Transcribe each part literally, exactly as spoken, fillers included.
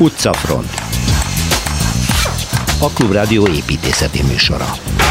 Utcafront, a Klubrádió építészeti műsora.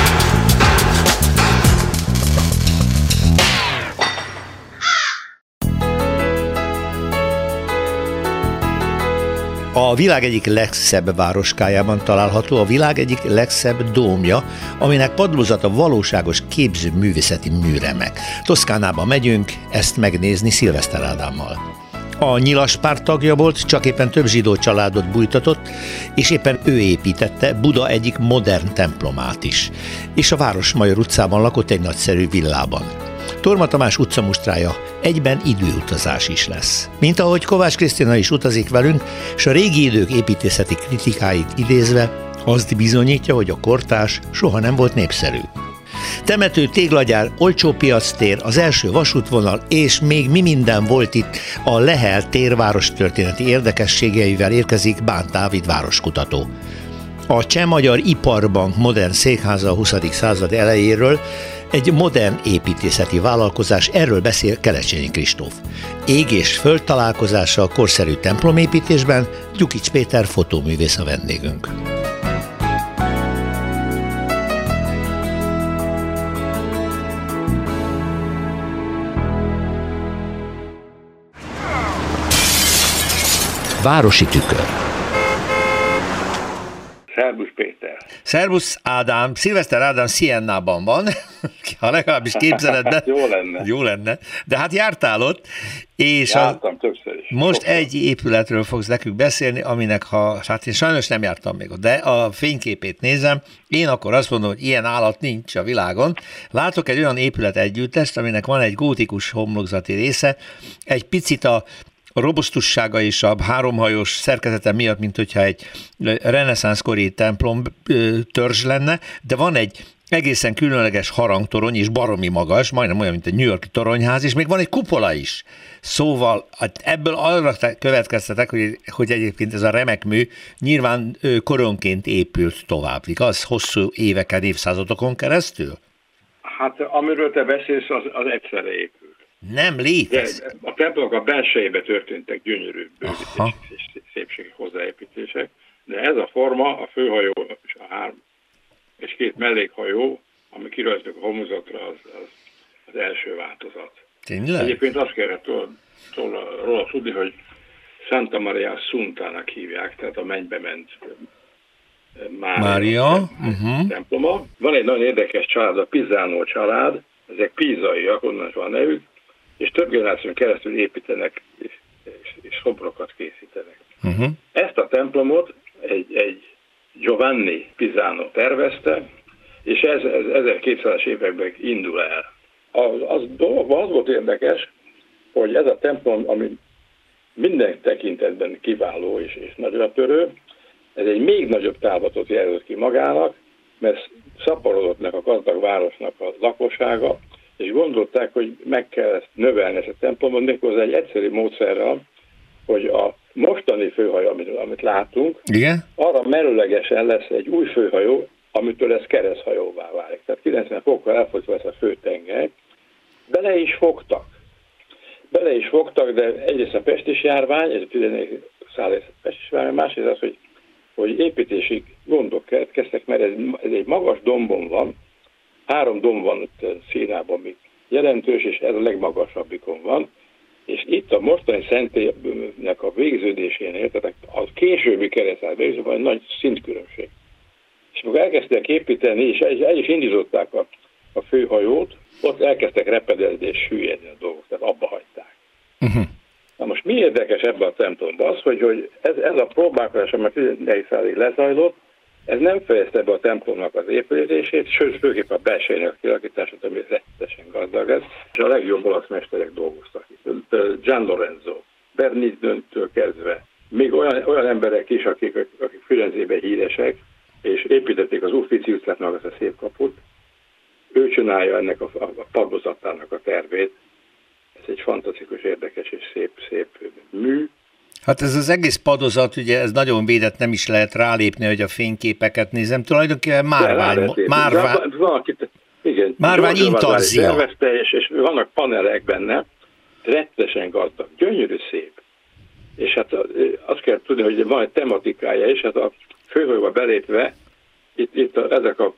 A világ egyik legszebb városkájában található a világ egyik legszebb dómja, aminek padlózata valóságos képzőművészeti műremek. Toszkánába megyünk ezt megnézni Szilveszter Ádámmal. A Nyilas párt tagja volt, csak éppen több zsidó családot bújtatott, és éppen ő építette Buda egyik modern templomát is. És a Városmajor utcában lakott egy nagyszerű villában. Torma Tamás utcamustrája egyben időutazás is lesz. Mint ahogy Kovács Krisztina is utazik velünk, és a régi idők építészeti kritikáit idézve azt bizonyítja, hogy a kortárs soha nem volt népszerű. Temető, téglagyár, olcsó piactér, az első vasútvonal, és még mi minden volt itt. A Lehel tér várostörténeti érdekességeivel érkezik Bán Dávid városkutató. A Cseh-Magyar Iparbank modern székháza a huszadik század elejéről, egy modern építészeti vállalkozás, erről beszél Kelecsényi Kristóf. Ég és föld találkozása a korszerű templomépítésben, Gyukics Péter fotóművész a vendégünk. Városi tükör. Szerbusz Péter. Szerbusz Ádám. Szilveszter Ádám Siennában van, ha legalábbis képzeletben. Jó lenne. Jó lenne. De hát jártál ott, és jártam a, többször is. Most Sokszor. Egy épületről fogsz nekünk beszélni, aminek, ha, hát én sajnos nem jártam még ott, de a fényképét nézem, én akkor azt mondom, hogy ilyen állat nincs a világon. Látok egy olyan épület együttest, aminek van egy gótikus homlokzati része, egy picit a A robusztussága és a háromhajós szerkezete miatt, mint hogyha egy reneszánszkori templom törzs lenne, de van egy egészen különleges harangtorony, és baromi magas, majdnem olyan, mint a New York-i toronyház, és még van egy kupola is. Szóval ebből arra következtetek, hogy, hogy egyébként ez a remek mű nyilván koronként épült tovább, igaz? Hosszú éveken, évszázadokon keresztül? Hát amiről te beszélsz, az, az egyszerre épül. Nem létezik. A templomok a belsejében történtek gyönyörű bővítések és szépségi hozzáépítések, de ez a forma, a főhajó és a három és két mellékhajó, ami kirajzoltak a homlokzatra, az, az, az első változat. Tényleg? Egyébként azt kellett róla tudni, hogy Santa Maria Assuntának hívják, tehát a mennybe ment Mária, Mária. Uh-huh. temploma. Van egy nagyon érdekes család, a Pisano család, ezek pízaiak, onnan van nevük, és több generáción keresztül építenek és, és, és szobrokat készítenek. Uh-huh. Ezt a templomot egy, egy Giovanni Pisano tervezte, és ez, ez ezerkétszázas években indul el. Az, az, az volt érdekes, hogy ez a templom, ami minden tekintetben kiváló és, és nagyra törő, ez egy még nagyobb távlatot jelölt ki magának, mert szaporodott meg a gazdag városnak a lakossága, és gondolták, hogy meg kell ezt növelni ezt a templomot, méghozzá egy egyszerű módszerrel, hogy a mostani főhajó, amit, amit látunk, igen? Arra merőlegesen lesz egy új főhajó, amitől ez kereszthajóvá válik. Tehát kilencven fokkal elfogyva ez a főtengely. Bele is fogtak. Bele is fogtak, de egyrészt a pestis járvány, ez a tizenegy száz pestis járvány, másrészt az, hogy, hogy építési gondok keletkeztek, mert ez, ez egy magas dombon van, három domb van itt Színában, ami jelentős, és ez a legmagasabbikon van, és itt a mostani szentélynek a végződésénél, tehát a későbbi keresztház végződésében van egy nagy szintkülönbség. És amikor elkezdtek építeni, és el is indították a, a főhajót, ott elkezdtek repedezni és süllyedni a dolgok, tehát abba hagyták. Uh-huh. Na most mi érdekes ebben a templomban az, hogy, hogy ez, ez a próbálkozás, ami a tizenegy századig lezajlott, ez nem fejezte be a templomnak az építését, sőt, főképp a belsejének kialakítását, ami rettenetesen gazdag ez, és a legjobb olasz mesterek dolgoztak itt. Gian Lorenzo, Bernini-től kezdve, még olyan, olyan emberek is, akik, akik Firenzében híresek, és építették az Uffizi utcát, meg azt a szép kaput. Ő csinálja ennek a, a padlózatának a tervét. Ez egy fantasztikus, érdekes és szép, szép mű. Hát ez az egész padozat, ugye ez nagyon védett, nem is lehet rálépni, hogy a fényképeket nézem. Tulajdonképpen márvány, márvány, igen, márvány intarzia. És, és vannak panelek benne, rettesen gazdag, gyönyörű szép. és hát azt kell tudni, hogy van egy tematikája, és hát a főhajóba belépve, itt, itt a, ezek a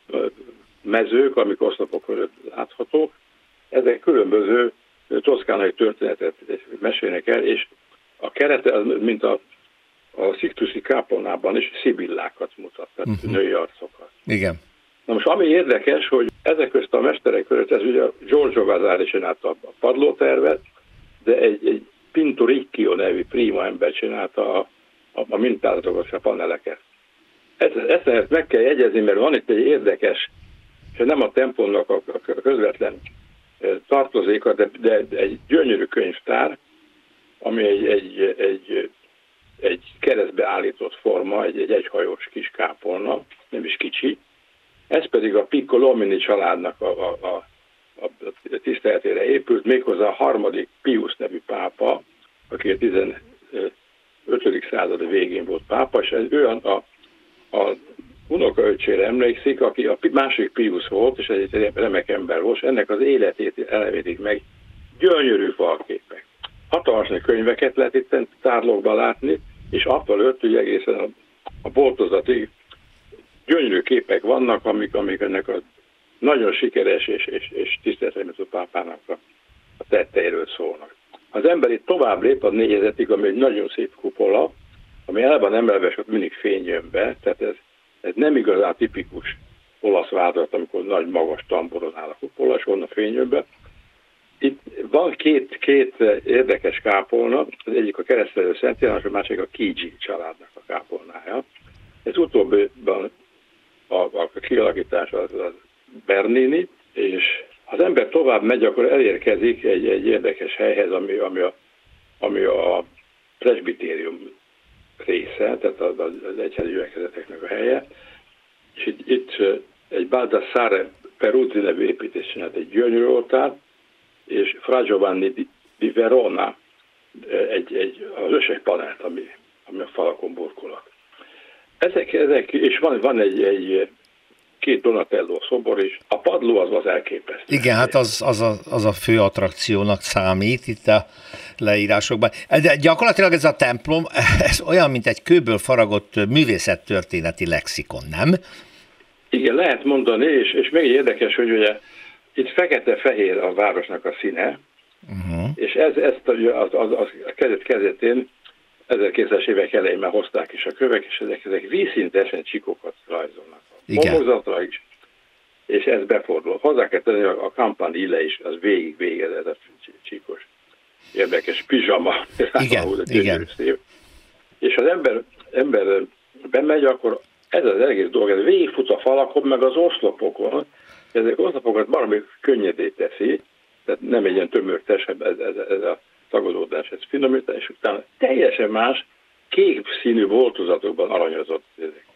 mezők, amik oszlopok között láthatók, ezek különböző toszkánai történetet mesélnek el, és a kerete, mint a, a sziktuszi kápolnában is szibillákat mutat, tehát uh-huh. női arcokat. Igen. Na most ami érdekes, hogy ezek közt a mesterek között, ez ugye Giorgio Vasari csinálta a padlótervet, de egy, egy Pinto Riccio nevű prima ember csinálta a, a, a mintázatokat, a paneleket. Ezt, ezt meg kell jegyezni, mert van itt egy érdekes, és nem a templomnak a, a közvetlen tartozéka, de, de egy gyönyörű könyvtár, ami egy, egy, egy, egy keresztbe állított forma, egy, egy egyhajós kis kápolna, nem is kicsi. Ez pedig a Piccolomini családnak a, a, a, a tiszteletére épült, méghozzá a harmadik Pius nevű pápa, aki a tizenötödik század végén volt pápa, és ő a, a, a unokaöccsére emlékszik, aki a másik Pius volt, és egy remek ember volt, és ennek az életét elevítik meg gyönyörű falképek. Hatalmas könyveket lehet itt tárlókban látni, és attól öt, ugye egészen a, a boltozatig gyönyörű képek vannak, amik, amik ennek a nagyon sikeres és, és, és tiszteletreméltó pápának a, a tetteiről szólnak. Az ember itt tovább lép a négyezetig, ami egy nagyon szép kupola, ami el van emelve, és ott mindig fény jön be, tehát ez, ez nem igazán tipikus olasz vázlat, amikor nagy magas tamboron áll a kupola, és onnan fény jön be. Itt van két, két érdekes kápolna, az egyik a Keresztelő Szent János, a másik a Chigi családnak a kápolnája. Ez utóbbiban a, a kialakítás az, az Bernini, és ha az ember tovább megy, akkor elérkezik egy, egy érdekes helyhez, ami, ami, a, ami a presbitérium része, tehát az, az egyházi gyülekezeteknek a helye, és itt, itt egy Baldassare Peruzzi nevű építés csinált egy gyönyörű oltárt, és Fra Giovanni di, di Verona egy, egy, az öseg panelt, ami, ami a falakon burkolat. Ezek, ezek, és van, van egy, egy két Donatello szobor is. A padló az az elképesztő. Igen, hát az, az, a, az a fő attrakciónak számít itt a leírásokban. De gyakorlatilag ez a templom, ez olyan, mint egy kőből faragott művészettörténeti lexikon, nem? Igen, lehet mondani, és, és még érdekes, hogy ugye itt fekete-fehér a városnak a színe, uh-huh. és ez, ezt az, az, az kezet kezetén ezerkétszázas évek elején már hozták is a kövek, és ezek, ezek vízszintesen csíkokat rajzolnak. A homlokzatra is, és ez befordul. Hozzá kell tenni, a Campanile is, az végig végez ez a csíkos, érdekes pizsama. Igen, igen. Szép. És az ember, ember bemegy, akkor ez az egész dolog, ez végigfut a falakon, meg az oszlopokon, ezek oszlopokat valami könnyedé teszi, tehát nem egy ilyen tömörtes, ez, ez, ez a tagadódás, ez finomítás, és utána teljesen más, kék színű boltozatokban aranyozott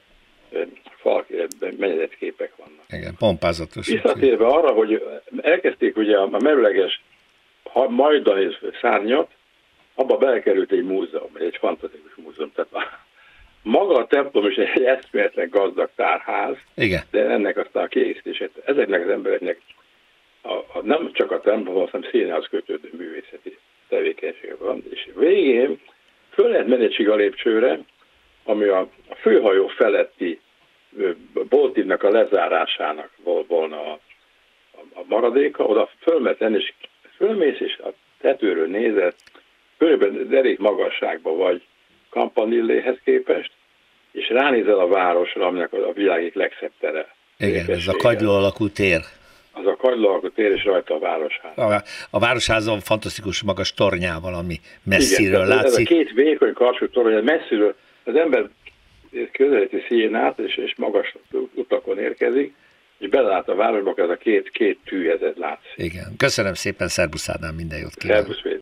menyedett képek vannak. Igen, pompázatos. Visszatérve arra, hogy elkezdték ugye a merőleges majdani szárnyat, abba belekerült egy múzeum, egy fantasztikus múzeum. Tehát maga a templom is egy eszméletlen gazdag tárház, igen. De ennek aztán a kiegészítését, ezeknek az embereknek a, a, nem csak a templom, hanem színehez kötődő művészeti tevékenysége van. És végén föl lehet menni egy lépcsőre, ami a, a főhajó feletti boltívnak a lezárásának volna a, a, a maradéka, oda fölmet lenni, és fölmész, és a tetőről nézed, körülbelül derék magasságban vagy Campanilléhez képest, és ránézel a városra, aminek a világ legszebb tere. Igen, ez a kagyló alakú tér. Az a kagyló alakú tér, és rajta a városház. A, a városházon fantasztikus magas tornyával, ami messziről igen, látszik. Ez a két vékony karsú torony, messziről az ember közelíti Sienát, és, és magas utakon érkezik, és belelát a városba, ez a két, két tűjezet látszik. Igen. Köszönöm szépen, szervusz Ádám, minden jót kívánok. Szervusz.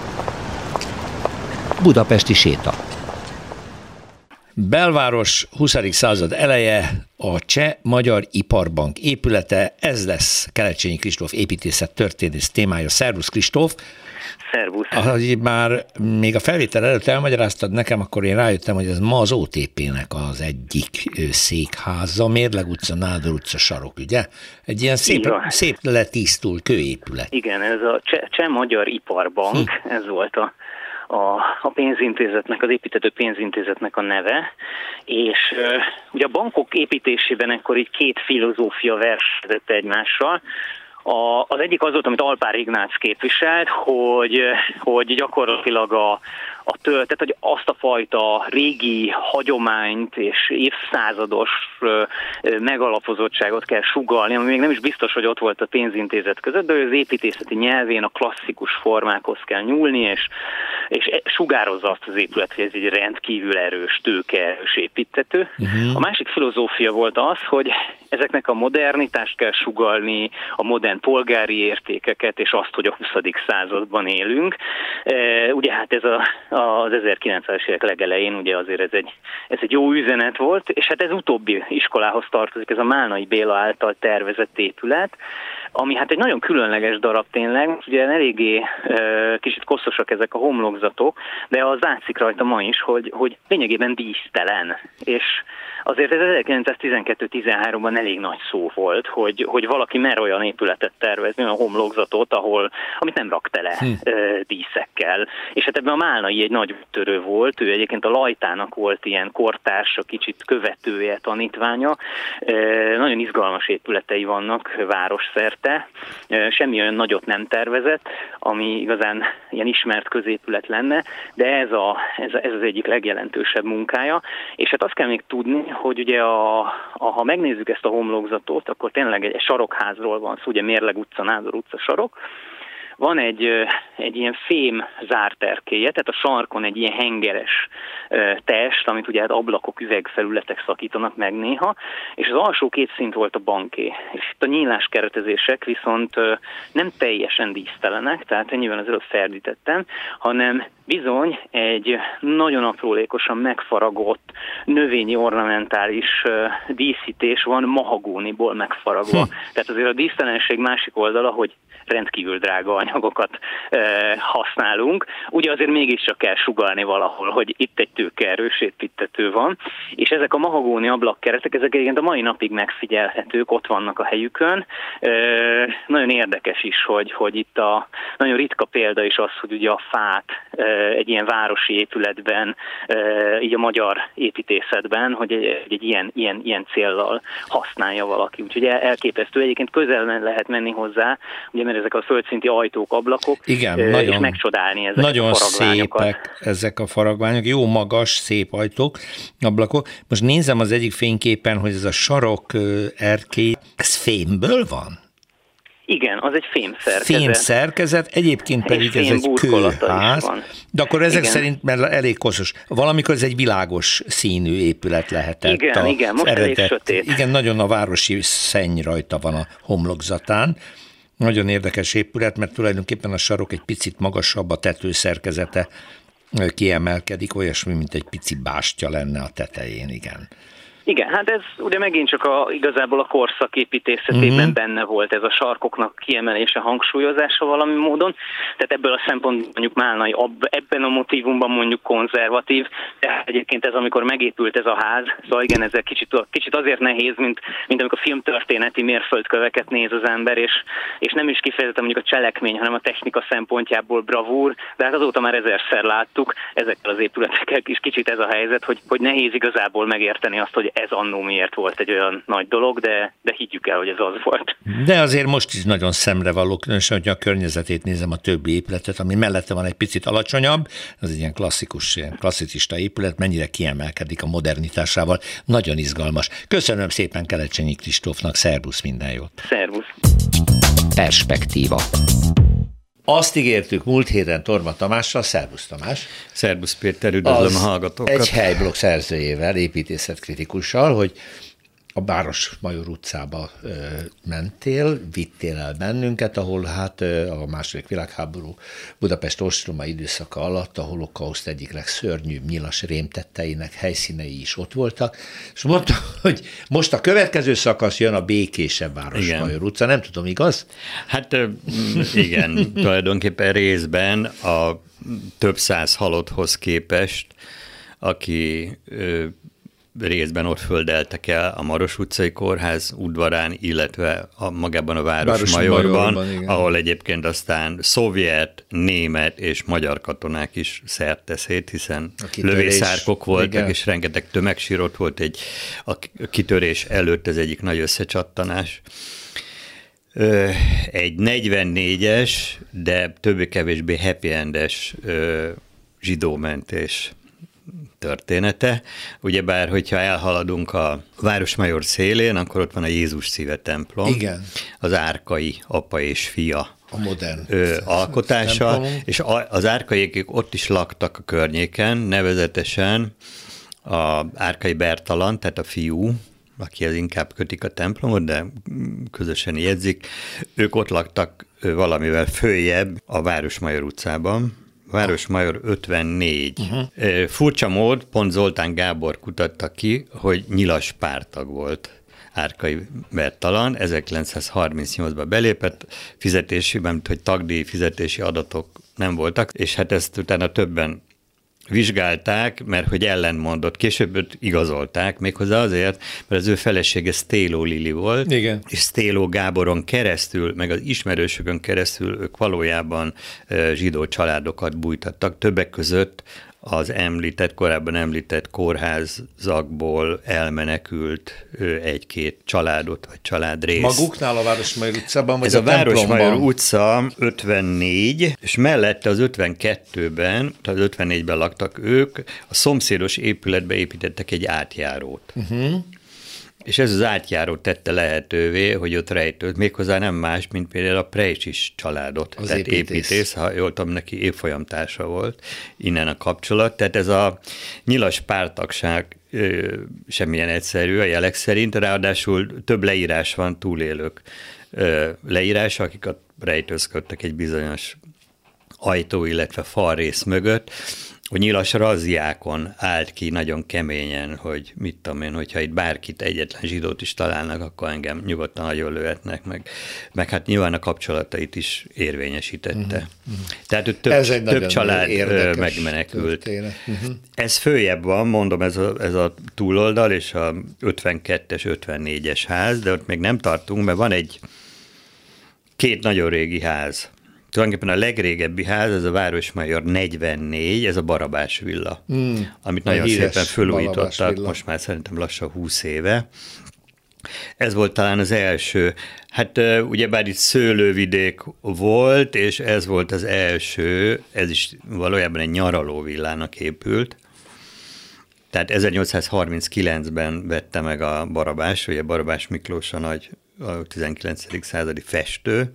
Budapesti séta. Belváros, huszadik század eleje, a Cseh-Magyar Iparbank épülete, ez lesz Kelecsényi Kristóf építészet történész témája. Szervusz Kristóf! Szervusz! Ahogy már még a felvétel előtt elmagyaráztad nekem, akkor én rájöttem, hogy ez ma az o té pének az egyik székháza, Mérleg utca, Nádor utca sarok, ugye? Egy ilyen szép, szép letisztult kőépület. Igen, ez a Cseh-Magyar Iparbank, hm. ez volt a a, a pénzintézetnek, az építető pénzintézetnek a neve, és uh, ugye a bankok építésében ekkor így két filozófia versenyzett egymással. A, az egyik az volt, amit Alpár Ignác képviselt, hogy, hogy gyakorlatilag a, a töltet, hogy azt a fajta régi hagyományt és évszázados megalapozottságot kell sugallni, ami még nem is biztos, hogy ott volt a pénzintézet között, de az építészeti nyelvén a klasszikus formákhoz kell nyúlni, és, és sugározza azt az épület, hogy ez egy rendkívül erős, tőkeerős építető. Uh-huh. A másik filozófia volt az, hogy ezeknek a modernitást kell sugallni, a modern polgári értékeket, és azt, hogy a huszadik században élünk. E, ugye hát ez a, az ezerkilencszázas évek legelején ugye azért ez egy, ez egy jó üzenet volt, és hát ez utóbbi iskolához tartozik, ez a Málnai Béla által tervezett épület, ami hát egy nagyon különleges darab tényleg, ugye eléggé e, kicsit koszosak ezek a homlokzatok, de az látszik rajta ma is, hogy, hogy lényegében dísztelen, és azért ez ezerkilencszáztizenkettő-tizenháromban elég nagy szó volt, hogy, hogy valaki mer olyan épületet tervezni, olyan homlokzatot, ahol, amit nem rak tele hm. díszekkel. És hát ebben a Málnai egy nagy úttörő volt, ő egyébként a Lajtának volt ilyen kortársa, kicsit követője, tanítványa. Nagyon izgalmas épületei vannak városszerte, semmi olyan nagyot nem tervezett, ami igazán ilyen ismert középület lenne, de ez, a, ez, ez az egyik legjelentősebb munkája. És hát azt kell még tudni, hogy ugye a, a, ha megnézzük ezt a homlokzatot, akkor tényleg egy, egy sarokházról van szó, ugye Mérleg utca, Nádor utca sarok. Van egy, egy ilyen fém zárterkélye, tehát a sarkon egy ilyen hengeres test, amit ugye hát ablakok, üvegfelületek szakítanak meg néha, és az alsó két szint volt a banké. És itt a nyíláskeretezések viszont nem teljesen dísztelenek, tehát ennyiben az előbb ferdítettem, hanem bizony egy nagyon aprólékosan megfaragott növényi ornamentális díszítés van mahagóniból megfaragva. Hm. Tehát azért a dísztelenség másik oldala, hogy rendkívül drága anyagokat e, használunk. Ugye azért mégiscsak kell sugallni valahol, hogy itt egy tőkeerős építető van, és ezek a mahagóni ablakkeretek, ezek egyébként a mai napig megfigyelhetők, ott vannak a helyükön. E, nagyon érdekes is, hogy, hogy itt a nagyon ritka példa is az, hogy ugye a fát e, egy ilyen városi épületben, e, így a magyar építészetben, hogy egy, egy ilyen, ilyen, ilyen céllal használja valaki. Úgyhogy elképesztő. Egyébként közel lehet menni hozzá, ugye mert ezek a földszinti ajtók, ablakok, igen, és nagyon, megcsodálni ezeket nagyon a faragványokat. Nagyon szépek ezek a faragványok, jó magas, szép ajtók, ablakok. Most nézem az egyik fényképen, hogy ez a sarok erkély, ez fémből van? Igen, az egy fémszerkezet. Fémszerkezet, egyébként pedig ez egy kőház, de akkor ezek igen. szerint, mert elég koszos, valamikor ez egy világos színű épület lehetett. Igen, a, igen, most eredet, elég sötét. Igen, nagyon a városi szenny rajta van a homlokzatán. Nagyon érdekes épület, mert tulajdonképpen a sarok egy picit magasabb, a tetőszerkezete kiemelkedik, olyasmi, mint egy pici bástya lenne a tetején, igen. Igen, hát ez ugye megint csak a, igazából a korszak építészetében uh-huh. benne volt ez a sarkoknak kiemelése, hangsúlyozása valami módon. Tehát ebből a szempontból mondjuk Málnai ebben a motívumban mondjuk konzervatív, de egyébként ez amikor megépült ez a ház, szóval igen, ez kicsit, kicsit azért nehéz, mint, mint amikor filmtörténeti mérföldköveket néz az ember, és, és nem is kifejezetten mondjuk a cselekmény, hanem a technika szempontjából bravúr, de hát azóta már ezerszer láttuk ezekkel az épületekkel is kicsit ez a helyzet, hogy, hogy nehéz igazából megérteni azt, hogy ez annó miért volt egy olyan nagy dolog, de, de higgyük el, hogy ez az volt. De azért most is nagyon szemrevaló, különösen, hogy a környezetét nézem, a többi épületet, ami mellette van egy picit alacsonyabb, az egy ilyen klasszikus, ilyen klasszicista épület, mennyire kiemelkedik a modernitásával. Nagyon izgalmas. Köszönöm szépen Kelecsenyi Kristófnak, szervusz, minden jót. Szervusz. Perspektíva. Azt ígértük múlt héten Torma Tamással, szervusz Tamás. Szervusz Péter, üdvözlöm a hallgatókat. Egy helyblokk szerzőjével, építészetkritikussal, hogy a Városmajor utcába ö, mentél, vittél el bennünket, ahol hát ö, a második világháború Budapest ostroma időszaka alatt a holokauszt egyik legszörnyűbb nyilas rémtetteinek helyszínei is ott voltak, és mondta, hogy most a következő szakasz jön a békésebb Városmajor igen. utca, nem tudom, igaz? Hát igen, tulajdonképpen részben a több száz halotthoz képest, aki ö, részben ott földeltek el a Maros utcai kórház udvarán, illetve a, magában a Városmajorban, ahol egyébként aztán szovjet, német és magyar katonák is szert teszét, hiszen lövészárkok voltak, igen. És rengeteg tömegsírott volt egy, a kitörés előtt, ez egyik nagy összecsattanás. Egy negyvennégyes, de többé-kevésbé happy endes zsidómentés története. Ugyebár, hogyha elhaladunk a Városmajor szélén, akkor ott van a Jézus Szíve templom. Igen. Az Árkai apa és fia a modern ö, alkotása, templom. És a, az árkaiék ott is laktak a környéken, nevezetesen a Árkai Bertalan, tehát a fiú, aki az inkább kötik a templomot, de közösen jegyzik, ők ott laktak valamivel följebb a Városmajor utcában, Városmajor ötvennégy. Uh-huh. Furcsa mód, pont Zoltán Gábor kutatta ki, hogy nyilas párttag volt Árkai Bertalan, ezerkilencszázharmincnyolcban belépett, fizetésében, hogy tagdíj fizetési adatok nem voltak, és hát ezt utána többen vizsgálták, mert hogy ellentmondott. Később őt igazolták, méghozzá azért, mert az ő felesége Sztéló Lili volt, igen. És Sztéló Gáboron keresztül, meg az ismerősökön keresztül ők valójában zsidó családokat bújtattak, többek között az említett, korábban említett kórházakból elmenekült egy-két családot, vagy családrészt. Maguknál a Városmajor utcában, vagy Ez a, a Városmajor utca ötvennégy, és mellette az ötvenkettőben, tehát az ötvennégyben laktak ők, a szomszédos épületbe építettek egy átjárót. Uh-huh. És ez az átjáró tette lehetővé, hogy ott rejtőt, méghozzá nem más, mint például a Prejcsis családot. Az tehát építész. építész, ha jól tudom, neki évfolyamtársa volt, innen a kapcsolat. Tehát ez a nyilas párttagság ö, semmilyen egyszerű a jelek szerint, ráadásul több leírás van, túlélők ö, leírása, akik rejtőzködtek egy bizonyos ajtó, illetve falrész mögött, hogy nyilas razziákon állt ki nagyon keményen, hogy mit tudom én, hogyha itt bárkit, egyetlen zsidót is találnak, akkor engem nyugodtan nagyon lőhetnek meg. Meg hát nyilván a kapcsolatait is érvényesítette. Uh-huh. Tehát több, ez több család megmenekült. Uh-huh. Ez följebb van, mondom, ez a, ez a túloldal, és a ötvenkettes, ötvennégyes ház, de ott még nem tartunk, mert van egy két nagyon régi ház. Tulajdonképpen a legrégebbi ház, ez a Városmajor negyvennégy, ez a Barabás villa, mm, amit nagyon szépen fölújítottak, most már szerintem lassan húsz éve. Ez volt talán az első, hát ugyebár itt szőlővidék volt, és ez volt az első, ez is valójában egy nyaralóvillának épült. Tehát ezernyolcszázharminckilencben vette meg a Barabás, ugye Barabás Miklós a nagy a tizenkilencedik századi festő,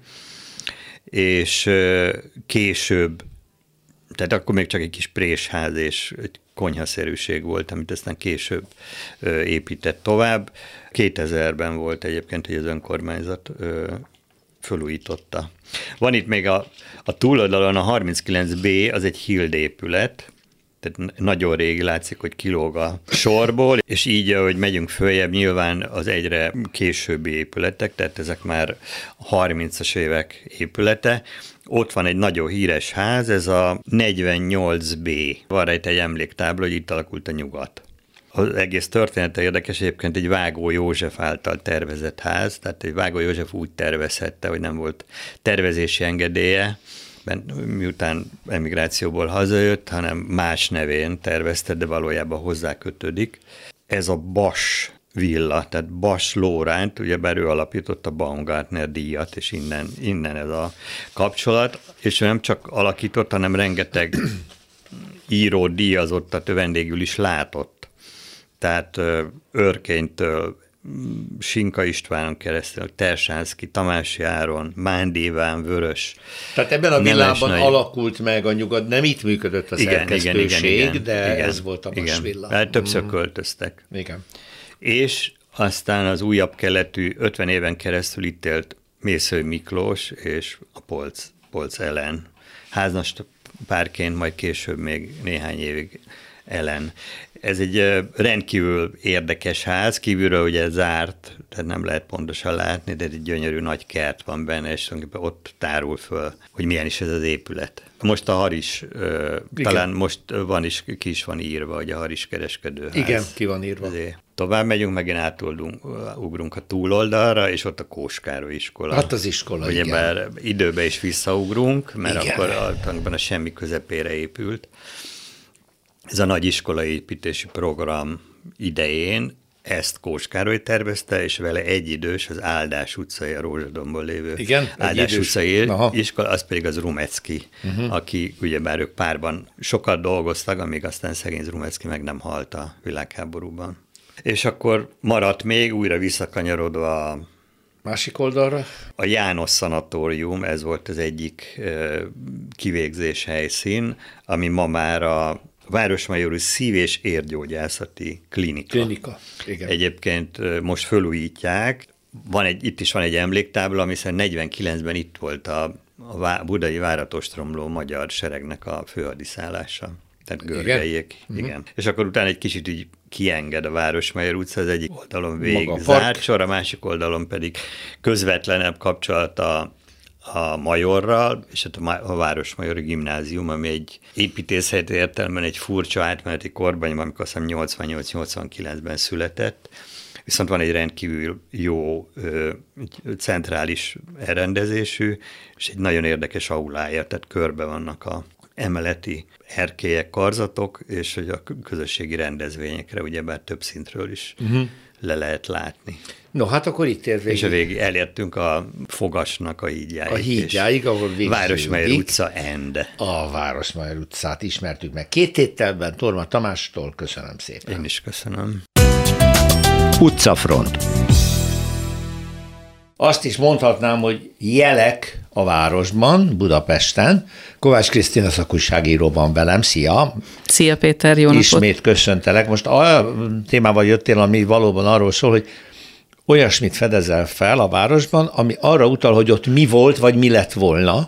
és később, tehát akkor még csak egy kis présház és egy konyhaszerűség volt, amit aztán később épített tovább. kétezerben volt egyébként, hogy az önkormányzat fölújította. Van itt még a, a túloldalon a harminckilenc bé, az egy Hild épület, tehát nagyon régi, látszik, hogy kilóg a sorból, és így, ahogy megyünk följebb, nyilván az egyre későbbi épületek, tehát ezek már harmincas évek épülete. Ott van egy nagyon híres ház, ez a negyvennyolc bé. Van rajta egy emléktábla, hogy itt alakult a nyugat. Az egész története érdekes, egyébként egy Vágó József által tervezett ház, tehát egy Vágó József úgy tervezhette, hogy nem volt tervezési engedélye, miután emigrációból hazajött, hanem más nevén tervezte, de valójában hozzá kötődik. Ez a Bas villa, tehát Bas Lóránt, ugyebár ő alapította a Baumgartner díjat, és innen, innen ez a kapcsolat, és ő nem csak alakított, hanem rengeteg író díjazottat vendégül is látott. Tehát Örkénytől, Sinka Istvánon keresztül, Tersánszky, Tamási Áron, Mándi Iván, Vörös. Tehát ebben a villában nagy... alakult meg a nyugat, nem itt működött a igen, szerkesztőség, igen, igen, de igen, ez volt a Bas villa. Hát többször mm. költöztek. Igen. És aztán az újabb keletű ötven éven keresztül itt élt Mészöly Miklós és a Polc, Polc Ellen. Házas párként, majd később még néhány évig ellen. Ez egy rendkívül érdekes ház, kívülről ugye zárt, tehát nem lehet pontosan látni, de egy gyönyörű nagy kert van benne, és ott tárul föl, hogy milyen is ez az épület. Most a Haris, igen. Talán most van is, ki is van írva, hogy a Haris kereskedőház. Igen, ki van írva. Ezért tovább megyünk, megint átugrunk, ugrunk a túloldalra, és ott a Kóskároly iskola. Hát az iskola, ugye, igen. Bár időben is visszaugrunk, mert igen. akkor a, a semmi közepére épült. Ez a nagy iskolai építési program idején ezt Kóskároly tervezte, és vele egyidős az Áldás utcai, a Rózsadombon lévő igen, Áldás utcai iskola, az pedig az Rumecki, uh-huh. aki ugyebár ők párban sokat dolgoztak, amíg aztán szegény Rumecki meg nem halt a világháborúban. És akkor maradt még, újra visszakanyarodva a másik oldalra? A János Szanatórium, ez volt az egyik kivégzés helyszín, ami ma már a Városmajori Szív- és Érgyógyászati Klinika. Klinika, igen. Egyébként most fölújítják, van egy, itt is van egy emléktábla, ami szerint negyvenkilencben itt volt a, a budai váratostromló magyar seregnek a főhadiszállása. Tehát Görgelyék, igen. igen. És akkor utána egy kicsit így kienged a Városmajor utca, az egyik oldalon végig zárt sor, a másik oldalon pedig közvetlenebb kapcsolat a a Majorral, és a Városmajori Gimnázium, ami egy építészeti értelemben egy furcsa átmeneti korban, amikor azt hiszem nyolcvannyolc-nyolcvankilencben született, viszont van egy rendkívül jó centrális elrendezésű, és egy nagyon érdekes aulája, tehát körbe vannak a emeleti erkélyek, karzatok, és hogy a közösségi rendezvényekre ugyebár több szintről is uh-huh. le lehet látni. No, hát akkor itt ér végig. És a végig elértünk a Fogasnak a hídjáig. A hídjáig, ahol végig. Városmajor utca end. A Városmajor utcát ismertük meg. Két tételben Torma Tamástól köszönöm szépen. Én is köszönöm. Utcafront. Azt is mondhatnám, hogy jelek a városban, Budapesten. Kovács Krisztina szakújságíró van velem. Szia! Szia Péter, jó napot! Ismét köszöntelek. Most a témával jöttél, ami valóban arról szól, hogy olyasmit fedezel fel a városban, ami arra utal, hogy ott mi volt, vagy mi lett volna,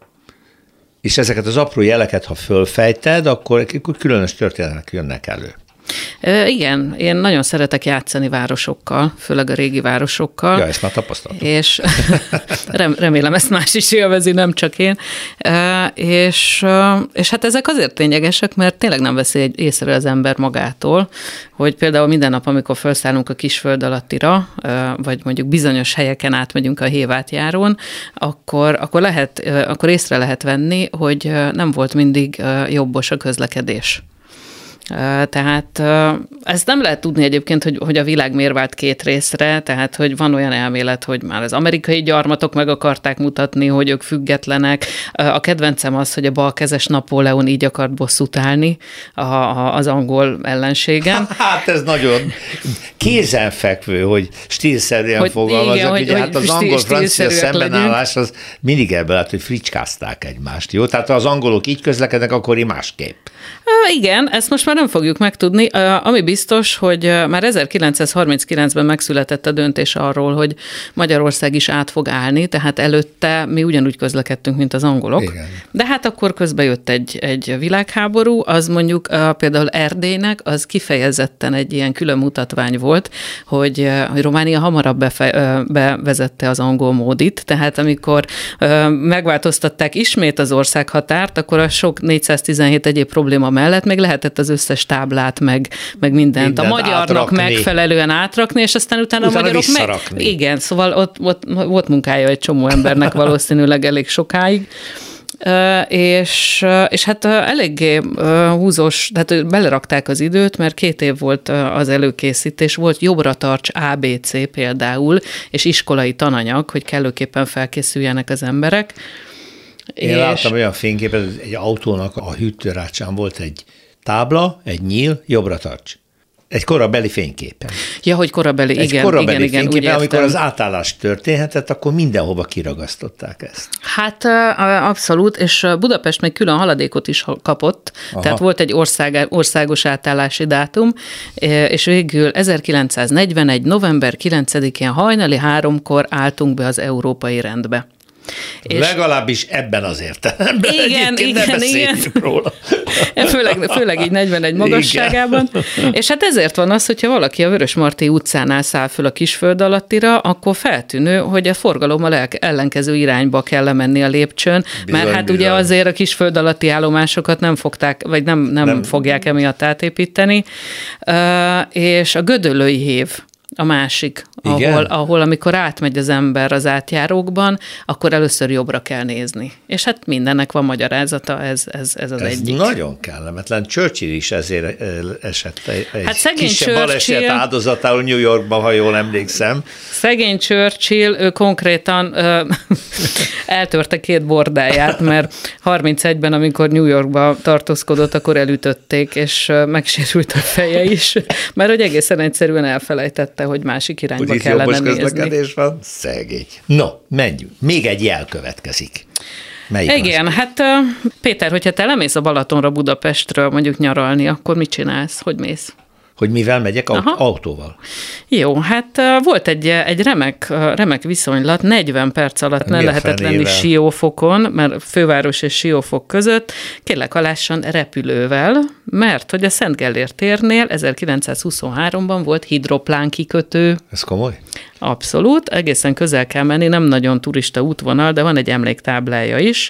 és ezeket az apró jeleket, ha fölfejted, akkor különös történetek jönnek elő. Igen, én nagyon szeretek játszani városokkal, főleg a régi városokkal. Ja, ezt már tapasztaltam. És remélem ezt más is élvezi, nem csak én. És, és hát ezek azért lényegesek, mert tényleg nem veszi észre az ember magától, hogy például minden nap, amikor felszállunk a Kisföld alattira, vagy mondjuk bizonyos helyeken átmegyünk a Hévátjáron, akkor, akkor, lehet, akkor észre lehet venni, hogy nem volt mindig jobbos a közlekedés. Tehát ezt nem lehet tudni egyébként, hogy, hogy a világ miért vált két részre, tehát hogy van olyan elmélet, hogy már az amerikai gyarmatok meg akarták mutatni, hogy ők függetlenek. A kedvencem az, hogy a balkezes Napóleon így akart bosszút állni a, a, az angol ellenségen. Hát ez nagyon kézenfekvő, hogy stílszerűen fogalmazok. Ugye hát az angol-francia szembenállás az mindig ebből lett, hogy fricskázták egymást. Jó? Tehát ha az angolok így közlekednek, akkor másképp. Igen, ezt most már nem fogjuk megtudni. Ami biztos, hogy már ezerkilencszázharminckilencben megszületett a döntés arról, hogy Magyarország is át fog állni, tehát előtte mi ugyanúgy közlekedtünk, mint az angolok. Igen. De hát akkor közben jött egy, egy világháború, az mondjuk például Erdélynek az kifejezetten egy ilyen külön mutatvány volt, hogy, hogy Románia hamarabb befe, bevezette az angol módit, tehát amikor megváltoztatták ismét az országhatárt, akkor a sok négyszáztizenhét egyéb probléma mellett még lehetett az összes táblát, meg, meg mindent, mindent a magyarnak átrakni. Megfelelően átrakni, és aztán utána, utána a magyarok meg... Igen, szóval ott, ott volt munkája egy csomó embernek valószínűleg elég sokáig. Uh, és, uh, és hát uh, eléggé uh, húzós, tehát belerakták az időt, mert két év volt uh, az előkészítés, volt jobbra tarts á bé cé például, és iskolai tananyag, hogy kellőképpen felkészüljenek az emberek. Én és... láttam olyan fényképet, hogy egy autónak a hűtőrácsán volt egy tábla, egy nyíl, jobbra tarts. Egy korabeli fényképen. Ja, hogy korabeli, egy igen, korabeli igen, fényképen, igen, amikor az átállás történhetett, akkor mindenhova kiragasztották ezt. Hát abszolút, és Budapest még külön haladékot is kapott, aha. Tehát volt egy ország, országos átállási dátum, és végül ezerkilencszáznegyvenegy. november kilencedikén hajnali háromkor álltunk be az európai rendbe. És legalábbis ebben az értelemben. Igen, igen, igen. Róla. Főleg, főleg így negyvenegy magasságában. Igen. És hát ezért van az, hogyha valaki a Vörösmarty utcánál száll föl a Kisföld alattira, akkor feltűnő, hogy a forgalommal ellenkező irányba kell lemenni a lépcsőn, bizony, mert hát bizony. Ugye azért a Kisföld alatti állomásokat nem fogták, vagy nem, nem, nem. fogják emiatt átépíteni. Uh, és a Gödöllői hév a másik, ahol, ahol amikor átmegy az ember az átjárókban, akkor először jobbra kell nézni. És hát mindennek van magyarázata, ez, ez, ez az ez egyik. Nagyon kellemetlen. Churchill is ezért esett egy hát szegény kisebb baleset áldozatául New Yorkban, ha jól emlékszem. Szegény Churchill, ő konkrétan ö, eltörte két bordáját, mert harmincegyben, amikor New Yorkba tartózkodott, akkor elütötték, és megsérült a feje is, mert hogy egészen egyszerűen elfelejtette, hogy másik irányba úgy kellene nézni. Közlekedés van, szegény. No, menjünk. Még egy jel következik. Melyik igen, az? Hát Péter, hogyha te lemész a Balatonra Budapestről mondjuk nyaralni, akkor mit csinálsz? Hogy mész? Hogy mivel megyek? Aha. Autóval. Jó, hát volt egy, egy remek, remek viszonylat, negyven perc alatt ne lehetett lenni Siófokon, mert főváros és Siófok között, kérlek alássan repülővel, mert hogy a Szent Gellért térnél ezerkilencszázhuszonháromban volt hidroplán kikötő. Ez komoly? Abszolút, egészen közel kell menni, nem nagyon turista útvonal, de van egy emléktáblája is.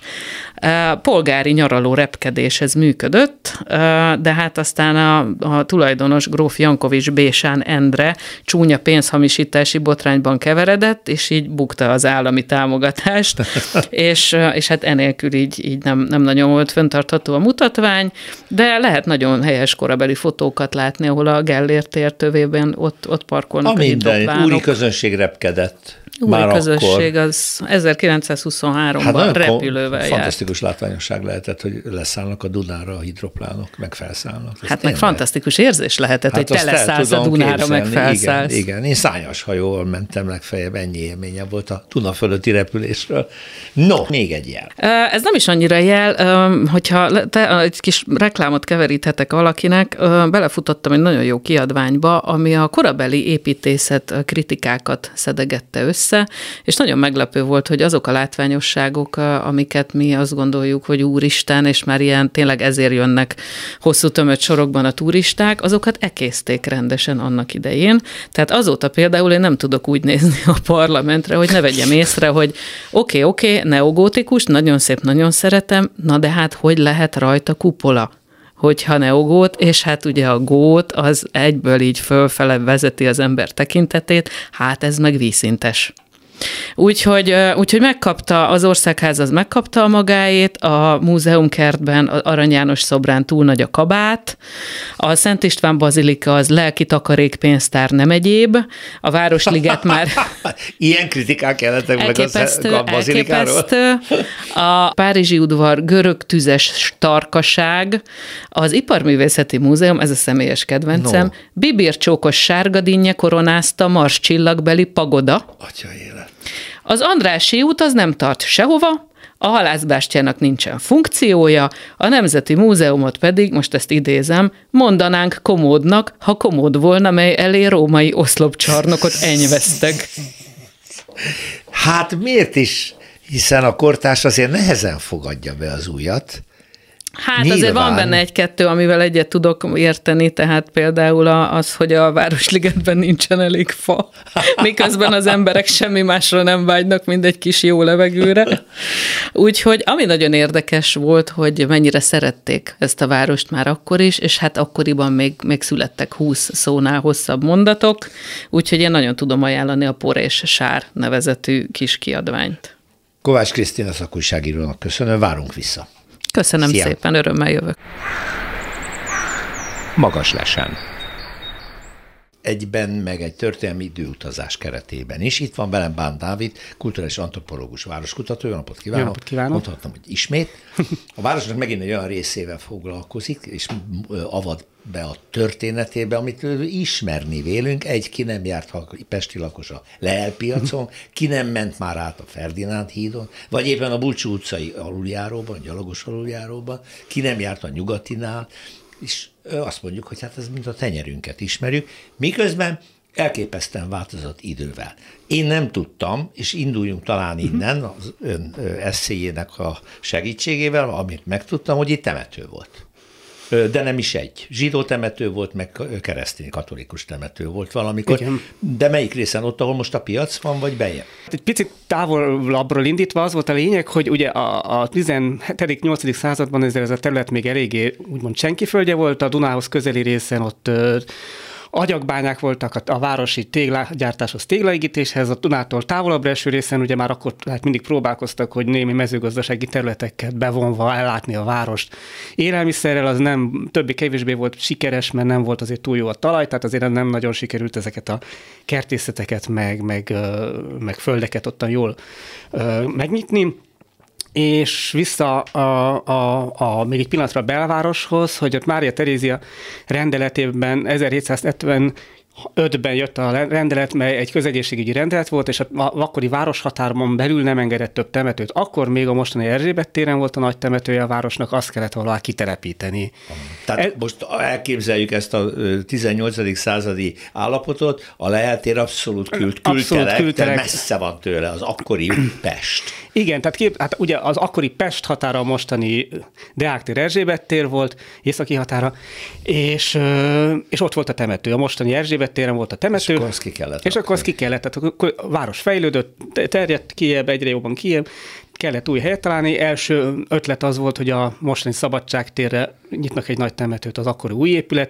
Polgári nyaraló repkedéshez működött, de hát aztán a, a tulajdonos gróf Jankovics Bésán Endre csúnya pénzhamisítási botrányban keveredett, és így bukta az állami támogatást, és, és hát enélkül így, így nem, nem nagyon volt fenntartható a mutatvány, de lehet nagyon helyes korabeli fotókat látni, ahol a Gellért tér tövében ott, ott parkolnak a, a hidroplánok. Úri közönség repkedett. Úri már közösség akkor. Az ezerkilencszázhuszonháromban hát repülővel járt. Fantasztikus látványosság lehetett, hogy leszállnak a Dunára a hidroplánok, meg felszállnak. Ez hát tényleg. Meg fantasztikus érzés lehetett, hát hogy te leszállsz a Dunára, képzelni. Meg felszállsz. Igen, igen, én szányas hajóval mentem legfeljebb, ennyi élménye volt a Duna fölötti repülésről. No, még egy jel. Ez nem is annyira jel, hogyha te egy kis reklámot keveríthetek valakinek, belefutottam egy nagyon jó kiadványba, ami a korabeli építészet kritikákat szedegette össze, és nagyon meglepő volt, hogy azok a látványosságok, amiket mi azt gondoljuk, hogy úristen, és már ilyen tényleg ezért jönnek hosszú tömött sorokban a turisták, azokat ekészték rendesen annak idején. Tehát azóta például én nem tudok úgy nézni a parlamentre, hogy ne vegyem észre, hogy oké, okay, oké, okay, neogótikus, nagyon szép, nagyon szeretem, na de hát hogy lehet rajta kupola? Hogyha neogót, és hát ugye a gót az egyből így fölfele vezeti az ember tekintetét, hát ez meg vízszintes. Úgyhogy, úgyhogy megkapta, az Országház az megkapta a magáét, a múzeumkertben az Arany János szobrán túl nagy a kabát, a Szent István bazilika az lelki takarékpénztár nem egyéb, a Városliget már... Ilyen kritikák jelentek meg a bazilikáról? Elképesztő. A Párizsi udvar görög tüzes tarkaság, az Iparművészeti Múzeum, ez a személyes kedvencem, no. Bibircsókos sárgadinnye koronázta Mars csillagbeli pagoda. Atya élet. Az Andrássy út az nem tart sehova, a halászbástyának nincsen funkciója, a Nemzeti Múzeumot pedig, most ezt idézem, mondanánk komódnak, ha komód volna, mely elé római oszlopcsarnokot enyvesztek. Hát miért is? Hiszen a kortárs azért nehezen fogadja be az újat. Hát nyilván. Azért van benne egy-kettő, amivel egyet tudok érteni, tehát például az, hogy a Városligetben nincsen elég fa, miközben az emberek semmi másra nem vágynak, mint egy kis jó levegőre. Úgyhogy ami nagyon érdekes volt, hogy mennyire szerették ezt a várost már akkor is, és hát akkoriban még, még születtek húsz szónál hosszabb mondatok, úgyhogy én nagyon tudom ajánlani a Por és Sár nevezetű kis kiadványt. Kovács Krisztina szakújságírónak köszönöm, várunk vissza. Köszönöm Szia. Szépen, örömmel jövök. Magas lesen. Egyben, meg egy történelmi időutazás keretében is. Itt van velem Bán Dávid, kulturális antropológus, városkutató. Jó napot kívánok! Jó napot kívánok! Mondhatnom, hogy ismét. A városnak megint egy olyan részével foglalkozik, és avad be a történetébe, amit ismerni vélünk. Egy ki nem járt, ha pesti lakos a Lehel piacon, ki nem ment már át a Ferdinánd hídon, vagy éppen a Bulcsú utcai aluljáróban, gyalogos aluljáróban, ki nem járt a Nyugatinál, és azt mondjuk, hogy hát ez mint a tenyerünket ismerjük, miközben elképesztően változott idővel. Én nem tudtam, és induljunk talán innen az ön eszéjének a segítségével, amit megtudtam, hogy itt temető volt. De nem is egy. Zsidó temető volt, meg keresztény katolikus temető volt valamikor. Igen. De melyik részen? Ott, ahol most a piac van, vagy bejebb? Egy picit távolabbról indítva az volt a lényeg, hogy ugye a, a tizenhetedik-nyolcadik században ez, ez a terület még eléggé úgymond senkiföldje volt, a Dunához közeli részen ott agyagbányák voltak a, a városi téglagyártáshoz, téglaigítéshez, a Dunától távolabbra eső részen ugye már akkor hát mindig próbálkoztak, hogy némi mezőgazdasági területeket bevonva ellátni a várost. Élelmiszerrel az nem, többé-kevésbé volt sikeres, mert nem volt azért túl jó a talaj, tehát azért nem nagyon sikerült ezeket a kertészeteket, meg, meg, meg földeket ottan jól megnyitni. És vissza a, a, a, még egy pillanatra a belvároshoz, hogy ott Mária Terézia rendeletében ezerhétszázhetvenötben jött a rendelet, mely egy közegészségügyi rendelet volt, és a akkori városhatáron belül nem engedett több temetőt. Akkor még a mostani Erzsébet téren volt a nagy temetője a városnak, azt kellett valahogy kitelepíteni. Tehát e- most elképzeljük ezt a tizennyolcadik századi állapotot, a Lehel tér abszolút kült, külterek, külterek, de messze van tőle az akkori Pest. Igen, tehát kép, hát ugye az akkori Pest határa a mostani Deák tér Erzsébet tér volt, északi határa, és, és ott volt a temető. A mostani Erzsébet téren volt a temető. És akkor azt ki kellett. És akkor azt ki kellett. Tehát akkor a város fejlődött, terjedt kijebb, egyre jobban kijebb, kellett új helyet találni. Első ötlet az volt, hogy a mostani Szabadságtérre nyitnak egy nagy temetőt, az akkori új épület.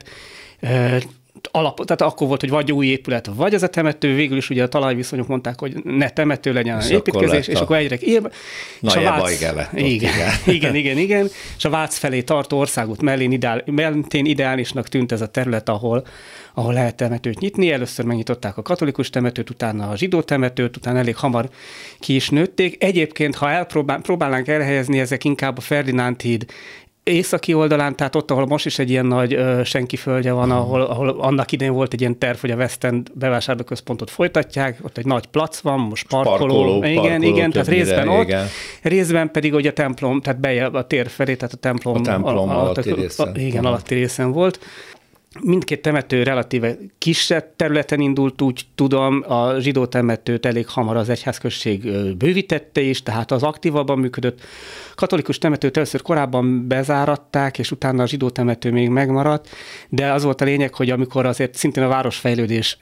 Alap, tehát akkor volt, hogy vagy új épület, vagy az a temető, végül is ugye a talajviszonyok mondták, hogy ne temető legyen az építkezés, és akkor egyre ér. Nagy Vác... igen, igen, igen, igen, és a Vác felé tartó országút mellén ideál, mentén ideálisnak tűnt ez a terület, ahol, ahol lehet temetőt nyitni. Először megnyitották a katolikus temetőt, utána a zsidó temetőt, utána elég hamar ki is nőtték. Egyébként, ha elpróbálnánk elhelyezni, ezek inkább a Ferdinánd híd északi oldalán, tehát ott, ahol most is egy ilyen nagy ö, senkiföldje van, ahol, ahol annak idején volt egy ilyen terv, hogy a West End bevásárlóközpontot folytatják, ott egy nagy plac van, most parkoló, parkoló igen, parkoló, igen, tehát részben ott, igen. Részben pedig ugye a templom, tehát bejebb a tér felé, tehát a templom, a templom a, alatti részen. A, igen, alatti részen volt. Mindkét temető relatíve kisebb területen indult, úgy tudom, a zsidó temetőt elég hamar az egyházközség bővítette is, tehát az aktívabban működött. Katolikus temetőt először korábban bezáratták, és utána a zsidó temető még megmaradt, de az volt a lényeg, hogy amikor azért szintén a városfejlődés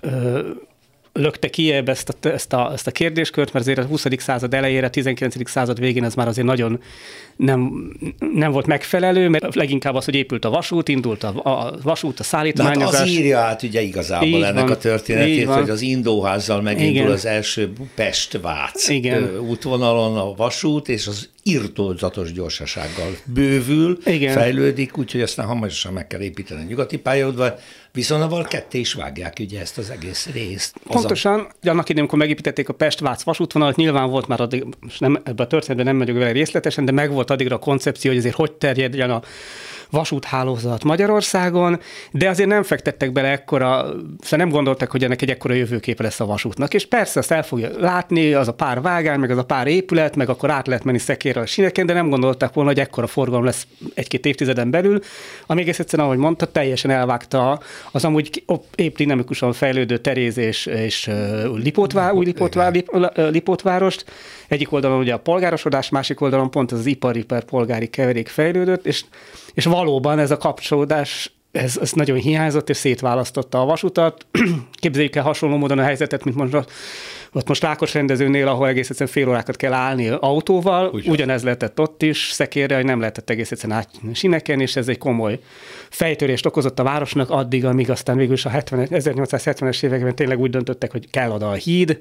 lökte ki ezt a, ezt, a, ezt a kérdéskört, mert azért a huszadik század elejére, a tizenkilencedik század végén ez már azért nagyon nem, nem volt megfelelő, mert leginkább az, hogy épült a vasút, indult a, a vasút, a szállítmányozás. Hát az írja át ugye igazából így ennek van, a történetét, hogy az Indóházzal megindul igen. az első Pest-Vác útvonalon a vasút, és az irtózatos gyorsasággal bővül, igen. fejlődik, úgyhogy aztán hamarosan meg kell építeni a nyugati pályaudvar, viszont avval ketté is vágják ugye ezt az egész részt. Pontosan, a... annak idején, amikor megépítették a Pest-Vác vasútvonalat, nyilván volt már addig, most nem, ebben a történetben nem megyek vele részletesen, de meg volt addigra a koncepció, hogy azért hogy terjedjen a vasúthálózat Magyarországon, de azért nem fektettek bele ekkora, szóval nem gondoltak, hogy ennek egy ekkora jövőképe lesz a vasútnak. És persze azt el fogja látni, az a pár vágány, meg az a pár épület, meg akkor át lehet menni szekérrel a síneken, de nem gondolták volna, hogy ekkora forgalom lesz egy-két évtizeden belül, ami egész egyszerűen, ahogy mondta, teljesen elvágta az amúgy épp dinamikusan fejlődő Teréz és, és Lipótvá, új Lipótvá, Lipótvárost. Egyik oldalon ugye a polgárosodás, másik oldalon pont az ipari per polgári keverék fejlődött, és És valóban ez a kapcsolódás, ez, ez nagyon hiányzott, és szétválasztotta a vasutat. Képzeljük el hasonló módon a helyzetet, mint most, ott most Lákos rendezőnél, ahol egész egyszerűen fél órákat kell állni autóval. Ugyan. Ugyanez lehetett ott is, szekérre, hogy nem lehetett egész egyszerűen átnyitni sineken, és ez egy komoly fejtörést okozott a városnak addig, amíg aztán végül is a ezernyolcszázhetvenes években tényleg úgy döntöttek, hogy kell oda a híd,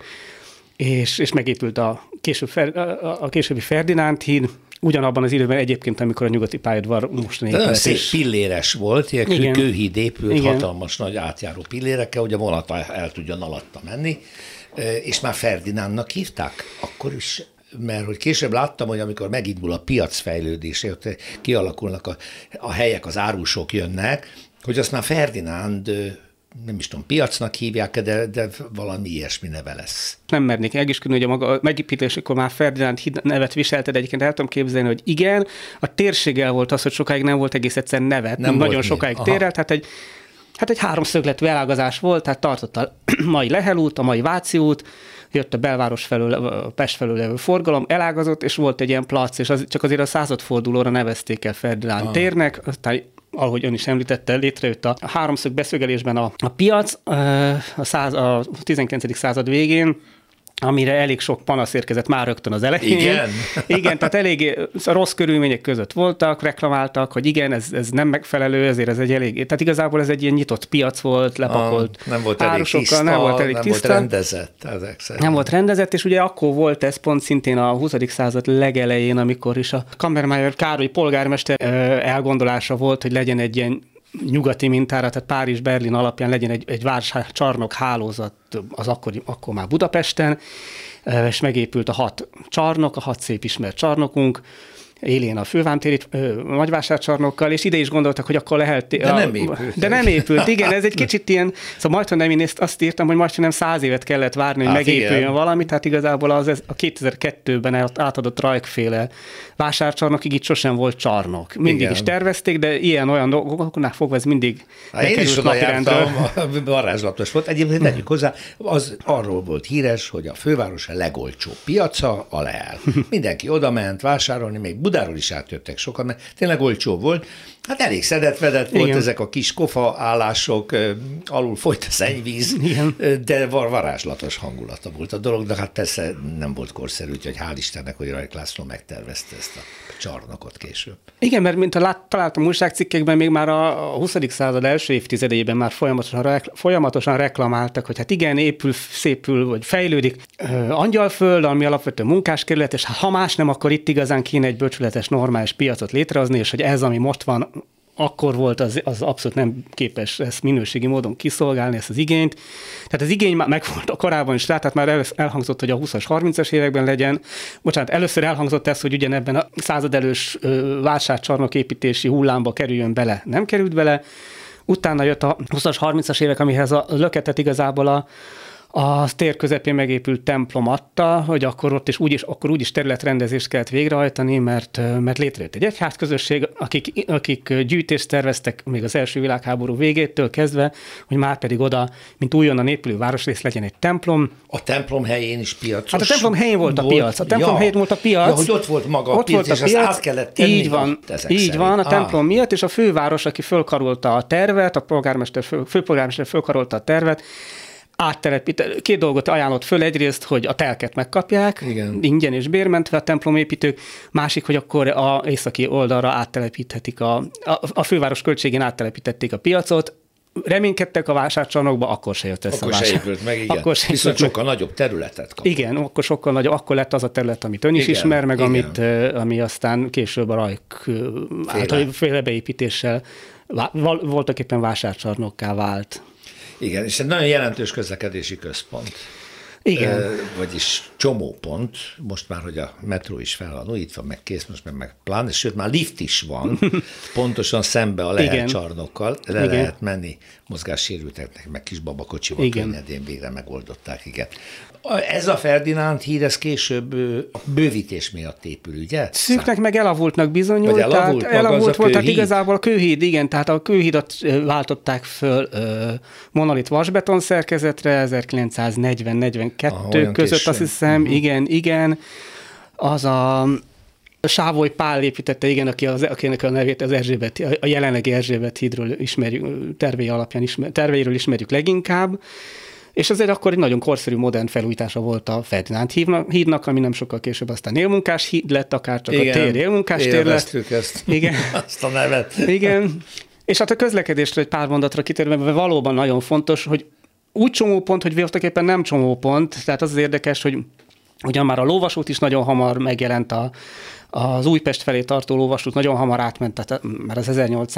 és, és megépült a, később, a későbbi Ferdinánd híd, ugyanabban az időben egyébként, amikor a nyugati pályaudvar mostani épület szép is. Pilléres volt, ilyen kőhíd épült, igen. hatalmas nagy átjáró pillérekkel, hogy a vonat el tudjon alatta menni, és már Ferdinándnak hívták akkor is, mert hogy később láttam, hogy amikor megindul a piac fejlődése, ott kialakulnak a, a helyek, az árusok jönnek, hogy azt már Ferdinánd nem is tudom, piacnak hívják, de, de valami ilyesmi neve lesz. Nem mernék elgiskülni, hogy a maga megépítésekor már Ferdinánd híd nevet viselte, de egyébként el tudom képzelni, hogy igen, a térséggel volt az, hogy sokáig nem volt egész egyszer neve, nem nagyon sokáig térrel, tehát egy Hát egy háromszögletű elágazás volt, tehát tartott a mai Lehel út, a mai Váci út, jött a belváros felől, a Pest felől levő forgalom, elágazott, és volt egy ilyen plac, és az, csak azért a századfordulóra nevezték el Ferdinánd ah. térnek, aztán ahogy ön is említette, létrejött a háromszög beszögelésben a, a piac a, száz, a tizenkilencedik század végén, amire elég sok panasz érkezett már rögtön az elején. Igen? Igen, tehát elég rossz körülmények között voltak, reklamáltak, hogy igen, ez, ez nem megfelelő, ezért ez egy elég, tehát igazából ez egy ilyen nyitott piac volt, lepakolt ah, nem volt elég tiszta, nem volt elég nem tiszta. volt rendezett. Ezek nem volt rendezett, és ugye akkor volt ez pont szintén a huszadik század legelején, amikor is a Kammermeier Károly polgármester elgondolása volt, hogy legyen egy ilyen nyugati mintára, tehát Párizs-Berlin alapján legyen egy, egy vásárcsarnok hálózat az akkor, akkor már Budapesten, és megépült a hat csarnok, a hat szép ismert csarnokunk, élén a fővámtéri nagyvásárcsarnokkal, és ide is gondoltak, hogy akkor lehet... De a, nem épült. De nem épült, igen, ez egy kicsit ilyen, szóval majdnem nem, én azt írtam, hogy majdnem száz évet kellett várni, hogy hát megépüljön igen. valami, tehát igazából az a kétezer-kettőben átadott Rajk-féle vásárcsarnokig itt sosem volt csarnok. Mindig igen. is tervezték, de ilyen-olyan dolgoknál fogva ez mindig hát én is oda jártam, varázslatos volt. Egyébként tegyük hozzá, az arról volt híres, hogy a főváros a legolcsóbb piaca, a Lehel. Mindenki oda ment vásárolni, még Budáról is átjöttek sokan, mert tényleg olcsó volt. Hát elég szedett-vedett volt, igen. ezek a kis kofa állások, alul folyt a szennyvíz, igen. de var varázslatos hangulata volt a dolog, de hát persze nem volt korszerű, úgyhogy hál' Istennek, hogy Rajk László megtervezte ezt a csarnokot később. Igen, mert mint lát, találtam újságcikkekben, még már a huszadik század első évtizedében már folyamatosan, folyamatosan reklamáltak, hogy hát igen, épül, szépül, vagy fejlődik Angyalföld, ami alapvetően munkáskerület, és ha más nem, akkor itt igazán kéne egy bölcsületes, normális piacot létrehozni, és hogy ez, ami most van, akkor volt az, az abszolút nem képes ezt minőségi módon kiszolgálni, ezt az igényt. Tehát az igény meg volt a korábban is rá, tehát már elhangzott, hogy a huszas, harmincas években legyen. Bocsánat, először elhangzott ez, hogy ugyanebben a századelős vásárcsarnok építési hullámba kerüljön bele. Nem került bele. Utána jött a huszas, harmincas évek, amihez a löketet igazából a a tér közepén megépült templom adta, hogy akkor ott is úgyis, akkor úgyis területrendezést kellett végrehajtani, mert, mert létrejött egy egyházközösség, akik, akik gyűjtést terveztek még az első világháború végétől kezdve, hogy már pedig oda, mint újonnan épülő városrész legyen egy templom. A templom helyén is piacos. Hát a templom helyén volt a piac. A templom ja. helyén volt a piac. Ja, hogy ott volt maga a ott piac, volt a és piac. Azt át kellett tenni. Így van, így van a templom ah. miatt, és a főváros, aki fölkarolta a tervet, a polgármester, fő, főpolgármester fölkarolta a tervet, áttelepít, két dolgot ajánlott föl, egyrészt, hogy a telket megkapják, igen. ingyen és bérmentve a templomépítők, másik, hogy akkor a északi oldalra áttelepíthetik, a, a, a főváros költségén áttelepítették a piacot, reménykedtek a vásárcsarnokba, akkor se jött össze akkor a vásár. Se épült meg, igen. Akkor viszont sokkal meg. Nagyobb területet kapott. Igen, akkor sokkal nagyobb, akkor lett az a terület, amit ön is igen, ismer, meg amit, ami aztán később a Rajk által féle beépítéssel voltak éppen vásárcsarnokká vált. Igen, és egy nagyon jelentős közlekedési központ. Igen. Ö, vagyis csomópont, most már, hogy a metró is fel van újítva, meg kész, most meg, meg plán, és sőt, már lift is van, pontosan szembe a Lehel csarnokkal, le igen. lehet menni mozgássérülteknek, meg kisbabakocsival könnyedén végre megoldották, igen. Ez a Ferdinánd híd, ez később a bővítés miatt épül, ugye? Szűknek meg elavultnak bizonyult. Elavult, tehát elavult volt, tehát igazából a kőhíd, igen, tehát a kőhídat váltották föl monolit vasbeton szerkezetre ezerkilencszáznegyven negyvenkettő között, későn. Azt hiszem, uh-huh. igen, igen. Az a Sávoly Pál építette, igen, aki az, akinek a nevét az Erzsébet, a jelenlegi Erzsébet hídről ismerjük, tervei alapján ismer, terveiről ismerjük leginkább. És azért akkor egy nagyon korszerű, modern felújítása volt a Ferdinánd hídnak, ami nem sokkal később aztán élmunkás híd lett, akár csak igen, a tér élmunkás tér lett. Ezt, igen. azt a nevet. Igen. És hát a közlekedésről egy pár mondatra kitérve, mert valóban nagyon fontos, hogy úgy csomópont, hogy voltaképpen nem csomópont, tehát az az érdekes, hogy ugyan már a lóvasút is nagyon hamar megjelent, a, az Újpest felé tartó lóvasút nagyon hamar átment, tehát már az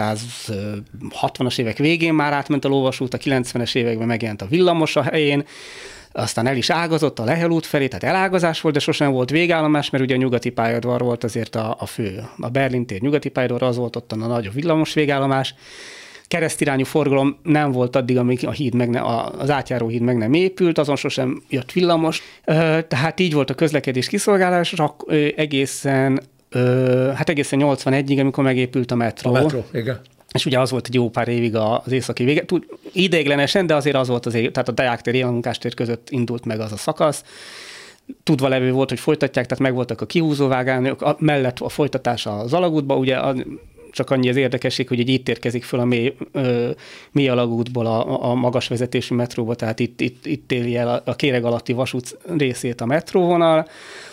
ezernyolcszázhatvanas évek végén már átment a lóvasút, a kilencvenes években megjelent a villamos a helyén, aztán el is ágazott a Lehel út felé, tehát elágazás volt, de sosem volt végállomás, mert ugye a nyugati pályaudvar volt azért a, a fő. A Berlin tér nyugati pályaudvar, az volt ott a nagy villamos végállomás. Keresztirányú forgalom nem volt addig, amíg a híd meg ne, az átjáró híd meg nem épült, azon sosem jött villamos. Tehát így volt a közlekedés kiszolgálás, egészen, hát egészen nyolcvanegyig, amikor megépült a metró. A metró, igen. és ugye az volt egy jó pár évig az északi vége. Ideiglenesen, de azért az volt az év, tehát a Deák tér, Élmunkást között indult meg az a szakasz. Tudva levő volt, hogy folytatják, tehát megvoltak a kihúzóvágányok, a, mellett a folytatás az alagútba, ugye a, csak annyi az érdekesség, hogy itt érkezik föl a mély, ö, mély alagútból a, a magas vezetésű metróba, tehát itt, itt, itt éli el a, a Kéreg alatti vasút részét a metróvonal,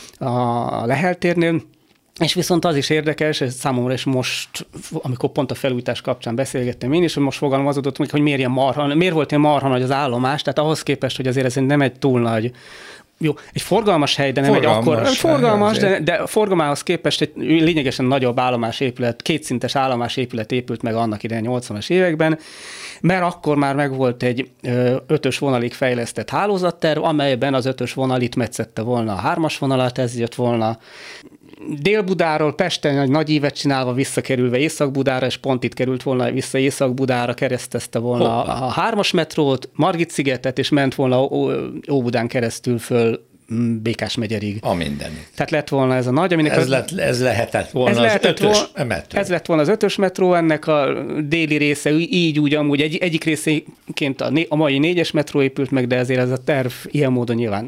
a Lehel térnél. És viszont az is érdekes, ez számomra is most, amikor pont a felújítás kapcsán beszélgettem én is, hogy most fogalmazódott, hogy miért, ilyen marha, miért volt ilyen marha nagy az állomás, tehát ahhoz képest, hogy azért ez nem egy túl nagy, jó, egy forgalmas hely, de nem forgalmas, egy akkor, forgalmas, de, de a forgalmához képest egy lényegesen nagyobb állomásépület, kétszintes állomásépület épült meg annak idején nyolcvanas években, mert akkor már megvolt egy ötös vonalig fejlesztett hálózatterv, amelyben az ötös vonal itt metszette volna a hármas vonalat, ez jött volna Dél-Budáról Pesten egy nagy ívet csinálva visszakerülve Észak-Budára, és pont itt került volna vissza Észak-Budára, keresztezte volna Hoppá. a hármas metrót, Margit-szigetet, és ment volna Óbudán keresztül föl Békás megyerig. A mindenit. Tehát lett volna ez a nagy, aminek... Ez, az, lett, ez lehetett volna ez az lehetett ötös vol- metró. Ez lett volna az ötös metró, ennek a déli része így úgy amúgy egy, egyik részéként a, né, a mai négyes metró épült meg, de ezért ez a terv ilyen módon nyilván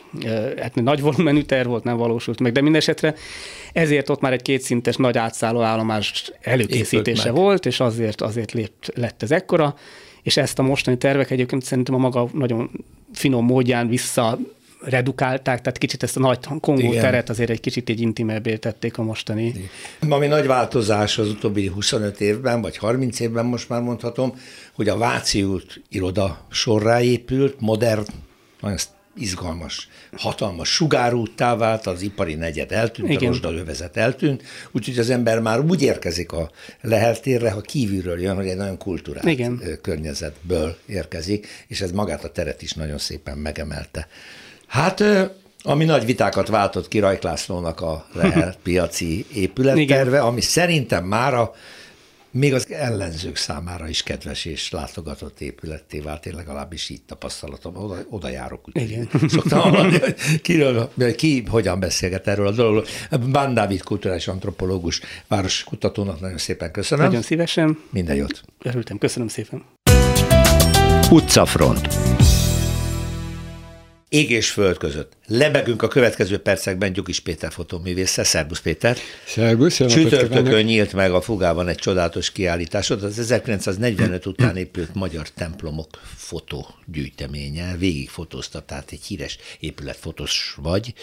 hát nagy volumenű terv volt, nem valósult meg, de mindesetre ezért ott már egy kétszintes nagy átszálló állomás előkészítése volt, és azért, azért lett, lett ez ekkora, és ezt a mostani tervek egyébként szerintem a maga nagyon finom módján vissza redukálták, tehát kicsit ezt a nagy Kongó teret azért egy kicsit egy intimebbé tették a mostani. Igen. Ami nagy változás az utóbbi huszonöt évben, vagy harminc évben most már mondhatom, hogy a Váci út iroda sorrá épült, modern, nagyon izgalmas, hatalmas sugárúttá vált, az ipari negyed eltűnt, igen. A rozsdalövezet eltűnt, úgyhogy az ember már úgy érkezik a Lehel térre, ha kívülről jön, hogy egy nagyon kulturált igen. környezetből érkezik, és ez magát a teret is nagyon szépen megemelte. Hát, ami nagy vitákat váltott ki Rajk Lászlónak a Lehel piaci épületterve, ami szerintem mára még az ellenzők számára is kedves és látogatott épületté vált, én legalábbis így tapasztalatom, oda, oda járok. Igen. Szoktam hallani, hogy kiről, ki hogyan beszélget erről a dologról. Bán Dávid kulturális antropológus, városkutatónak nagyon szépen köszönöm. Nagyon szívesen. Minden jót. Örültem, köszönöm szépen. Utcafront. Ég és föld között. Lebegünk a következő percekben Gyukis Péter fotóművésszel. Szerbusz Péter! Szerbusz! Csütörtökön nyílt meg a Fugában egy csodálatos kiállításod, az ezerkilencszáznegyvenöt után épült magyar templomok fotógyűjteménye. Végig fotóztat, tehát egy híres épületfotós vagy.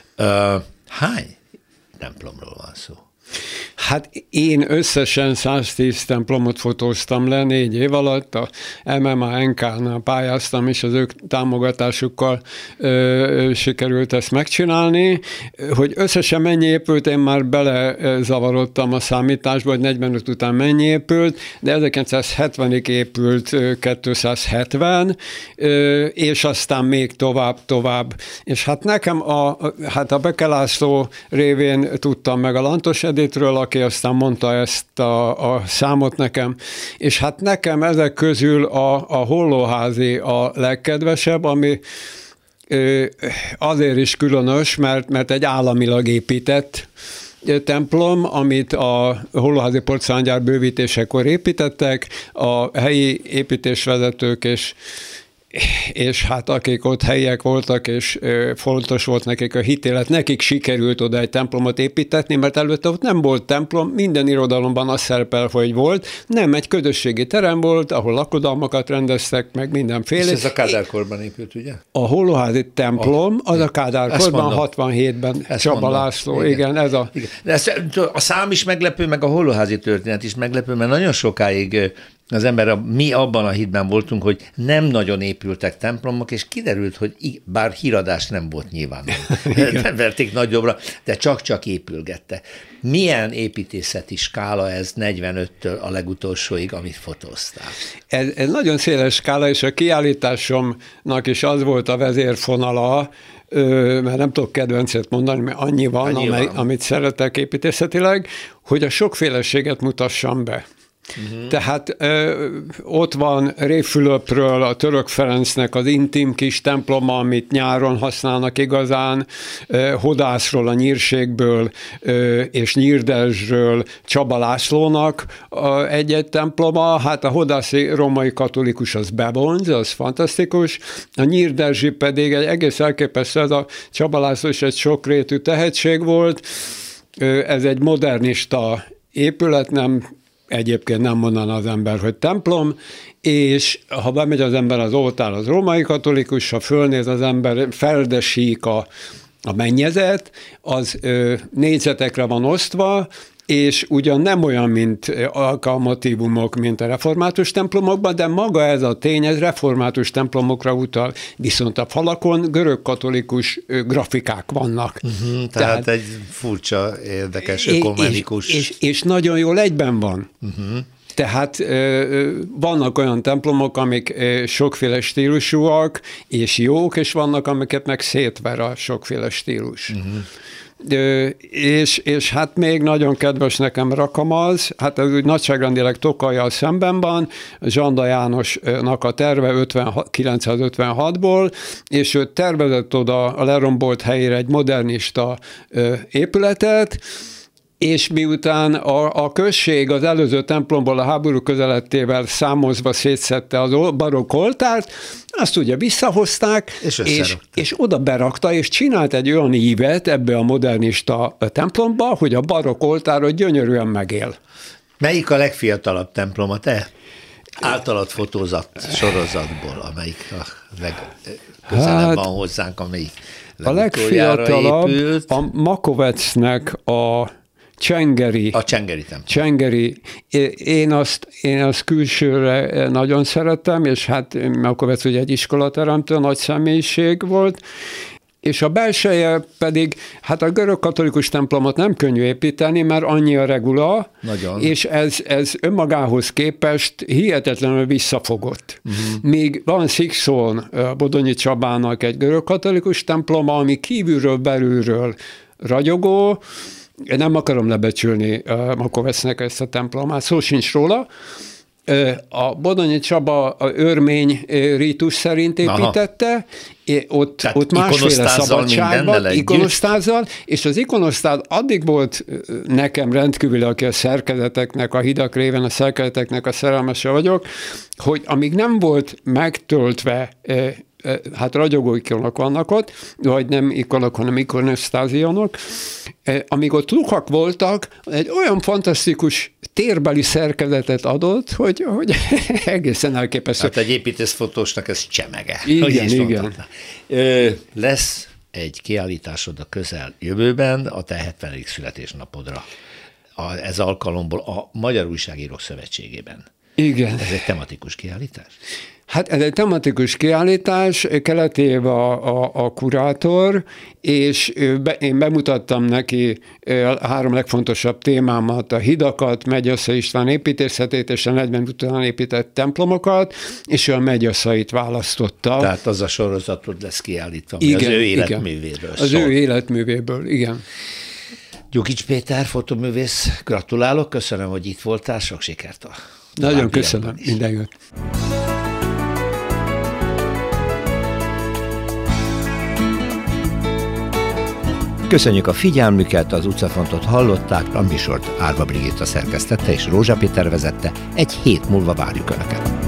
Hány templomról van szó? Hát én összesen száztíz templomot fotóztam le négy év alatt, a em em á en ká-nál pályáztam, és az ők támogatásukkal ö, sikerült ezt megcsinálni. Hogy összesen mennyi épült, én már belezavarodtam a számításba, hogy negyvenöt után mennyi épült, de ezerkilencszázhetvenig épült kétszázhetven, ö, és aztán még tovább, tovább. És hát nekem a, hát a Beke László révén tudtam meg a Lantos Editről, aki aztán mondta ezt a, a számot nekem, és hát nekem ezek közül a, a Hollóházi a legkedvesebb, ami ö, azért is különös, mert, mert egy államilag épített templom, amit a Hollóházi porcelángyár bővítésekor építettek, a helyi építésvezetők és és hát akik ott helyiek voltak, és fontos volt nekik a hitélet, nekik sikerült oda egy templomot építetni, mert előtte ott nem volt templom, minden irodalomban az szerepel, hogy volt, nem egy közösségi terem volt, ahol lakodalmakat rendeztek, meg mindenféle. És ez a Kádárkorban épült, ugye? A Hollóházi templom, az a Kádárkorban, hatvanhétben, Csaba László, igen. igen, ez a... Igen. De ez, a szám is meglepő, meg a Hollóházi történet is meglepő, mert nagyon sokáig az ember, mi abban a hitben voltunk, hogy nem nagyon épültek templomok, és kiderült, hogy bár híradás nem volt nyilván, nem verték nagyobbra, de csak-csak épülgette. Milyen építészeti skála ez negyvenöttől a legutolsóig, amit fotóztál? Ez, ez nagyon széles skála, és a kiállításomnak is az volt a vezérfonala, mert nem tudok kedvencet mondani, mert annyi van, annyi amely, van. amit szeretek építészetileg, hogy a sokféleséget mutassam be. Uh-huh. Tehát ö, ott van Révfülöpről a Török Ferencnek az intim kis temploma, amit nyáron használnak igazán, ö, Hodászról, a Nyírségből ö, és Nyírdezsről Csaba Lászlónak a, egy-egy temploma. Hát a hodászi római katolikus az bevonz, az fantasztikus. A Nyírdezsi pedig egy egész elképesztő, ez a Csaba László is egy sokrétű tehetség volt. Ö, ez egy modernista épület, nem egyébként nem mondaná az ember, hogy templom, és ha bemegy az ember az oltár, az római katolikus, ha fölnéz az ember, feldesík a, a mennyezet, az ö, négyzetekre van osztva, és ugyan nem olyan, mint alkalmatívumok, mint a református templomokban, de maga ez a tény, ez református templomokra utal, viszont a falakon görög-katolikus grafikák vannak. Uh-huh, tehát, tehát egy furcsa, érdekes, ökumenikus. És, és, és nagyon jól egyben van. Uh-huh. Tehát vannak olyan templomok, amik sokféle stílusúak, és jók, és vannak, amiket meg szétver a sokféle stílus. Uh-huh. Ö, és, és hát még nagyon kedves nekem Rakamaz, hát ez úgy nagyságrendileg Tokajjal szemben van, Zsanda Jánosnak a terve kilencszázötvenhatból, és ő tervezett oda a lerombolt helyére egy modernista ö, épületet, és miután a, a község az előző templomból a háború közelettével számozva szétszedte az barokk oltárt, azt ugye visszahozták, és, és, és oda berakta, és csinált egy olyan ívet ebbe a modernista templomba, hogy a barokk oltárot gyönyörűen megél. Melyik a legfiatalabb templom a te általad fotózott sorozatból, amelyik a legközelebb hát, van hozzánk, amelyik a legfiatalabb épült? A Makovecnek a Csengeri. A Csengeri templom. Csengeri. Én azt, én azt külsőre nagyon szeretem, és hát Makovec ugye egy iskolateremtő, nagy személyiség volt, és a belseje pedig, hát a görög-katolikus templomot nem könnyű építeni, mert annyi a regula, nagyon. És ez, ez önmagához képest hihetetlenül visszafogott. Uh-huh. Míg van Szikszón, Bodonyi Csabának egy görög-katolikus temploma, ami kívülről, belülről ragyogó. Én nem akarom lebecsülni Makovecnek ezt a templomát, szó sincs róla. A Bodonyi Csaba a örmény rítus szerint építette, ott, ott másféle szabadságban, ikonosztázzal, és az ikonosztáz addig volt nekem rendkívül, aki a szerkezeteknek, a hidak réven a szerkezeteknek a szerelmese vagyok, hogy amíg nem volt megtöltve, hát ragyogó ikonok vannak ott, vagy nem ikonok, hanem ikonosztázionok, amíg ott luhak voltak, egy olyan fantasztikus térbeli szerkezetet adott, hogy, hogy egészen elképesztő. Hát egy építészfotósnak ez csemege. Igen, igen. Ö, lesz egy kiállításod a közel jövőben a te hetvenedik születésnapodra. A, ez alkalomból a Magyar Újságírók Szövetségében. Igen. Ez egy tematikus kiállítás? Hát ez egy tematikus kiállítás, Keleti Éva a, a kurátor, és be, én bemutattam neki a három legfontosabb témámat, a hidakat, Megyassa István építészetét és a negyven után épített templomokat, és ő a Megyaszait választotta. Tehát az a sorozatod lesz kiállítva, ami igen, az ő életművéről igen. szól. Az ő életművéből, igen. Gyukics Péter, fotoművész, gratulálok, köszönöm, hogy itt voltál, sok sikert a Nagyon köszönöm, minden jót. Köszönjük a figyelmüket, az utcafrontot hallották, a műsort Árva Brigitta szerkesztette és Rózsa Péter vezette, egy hét múlva várjuk Önöket.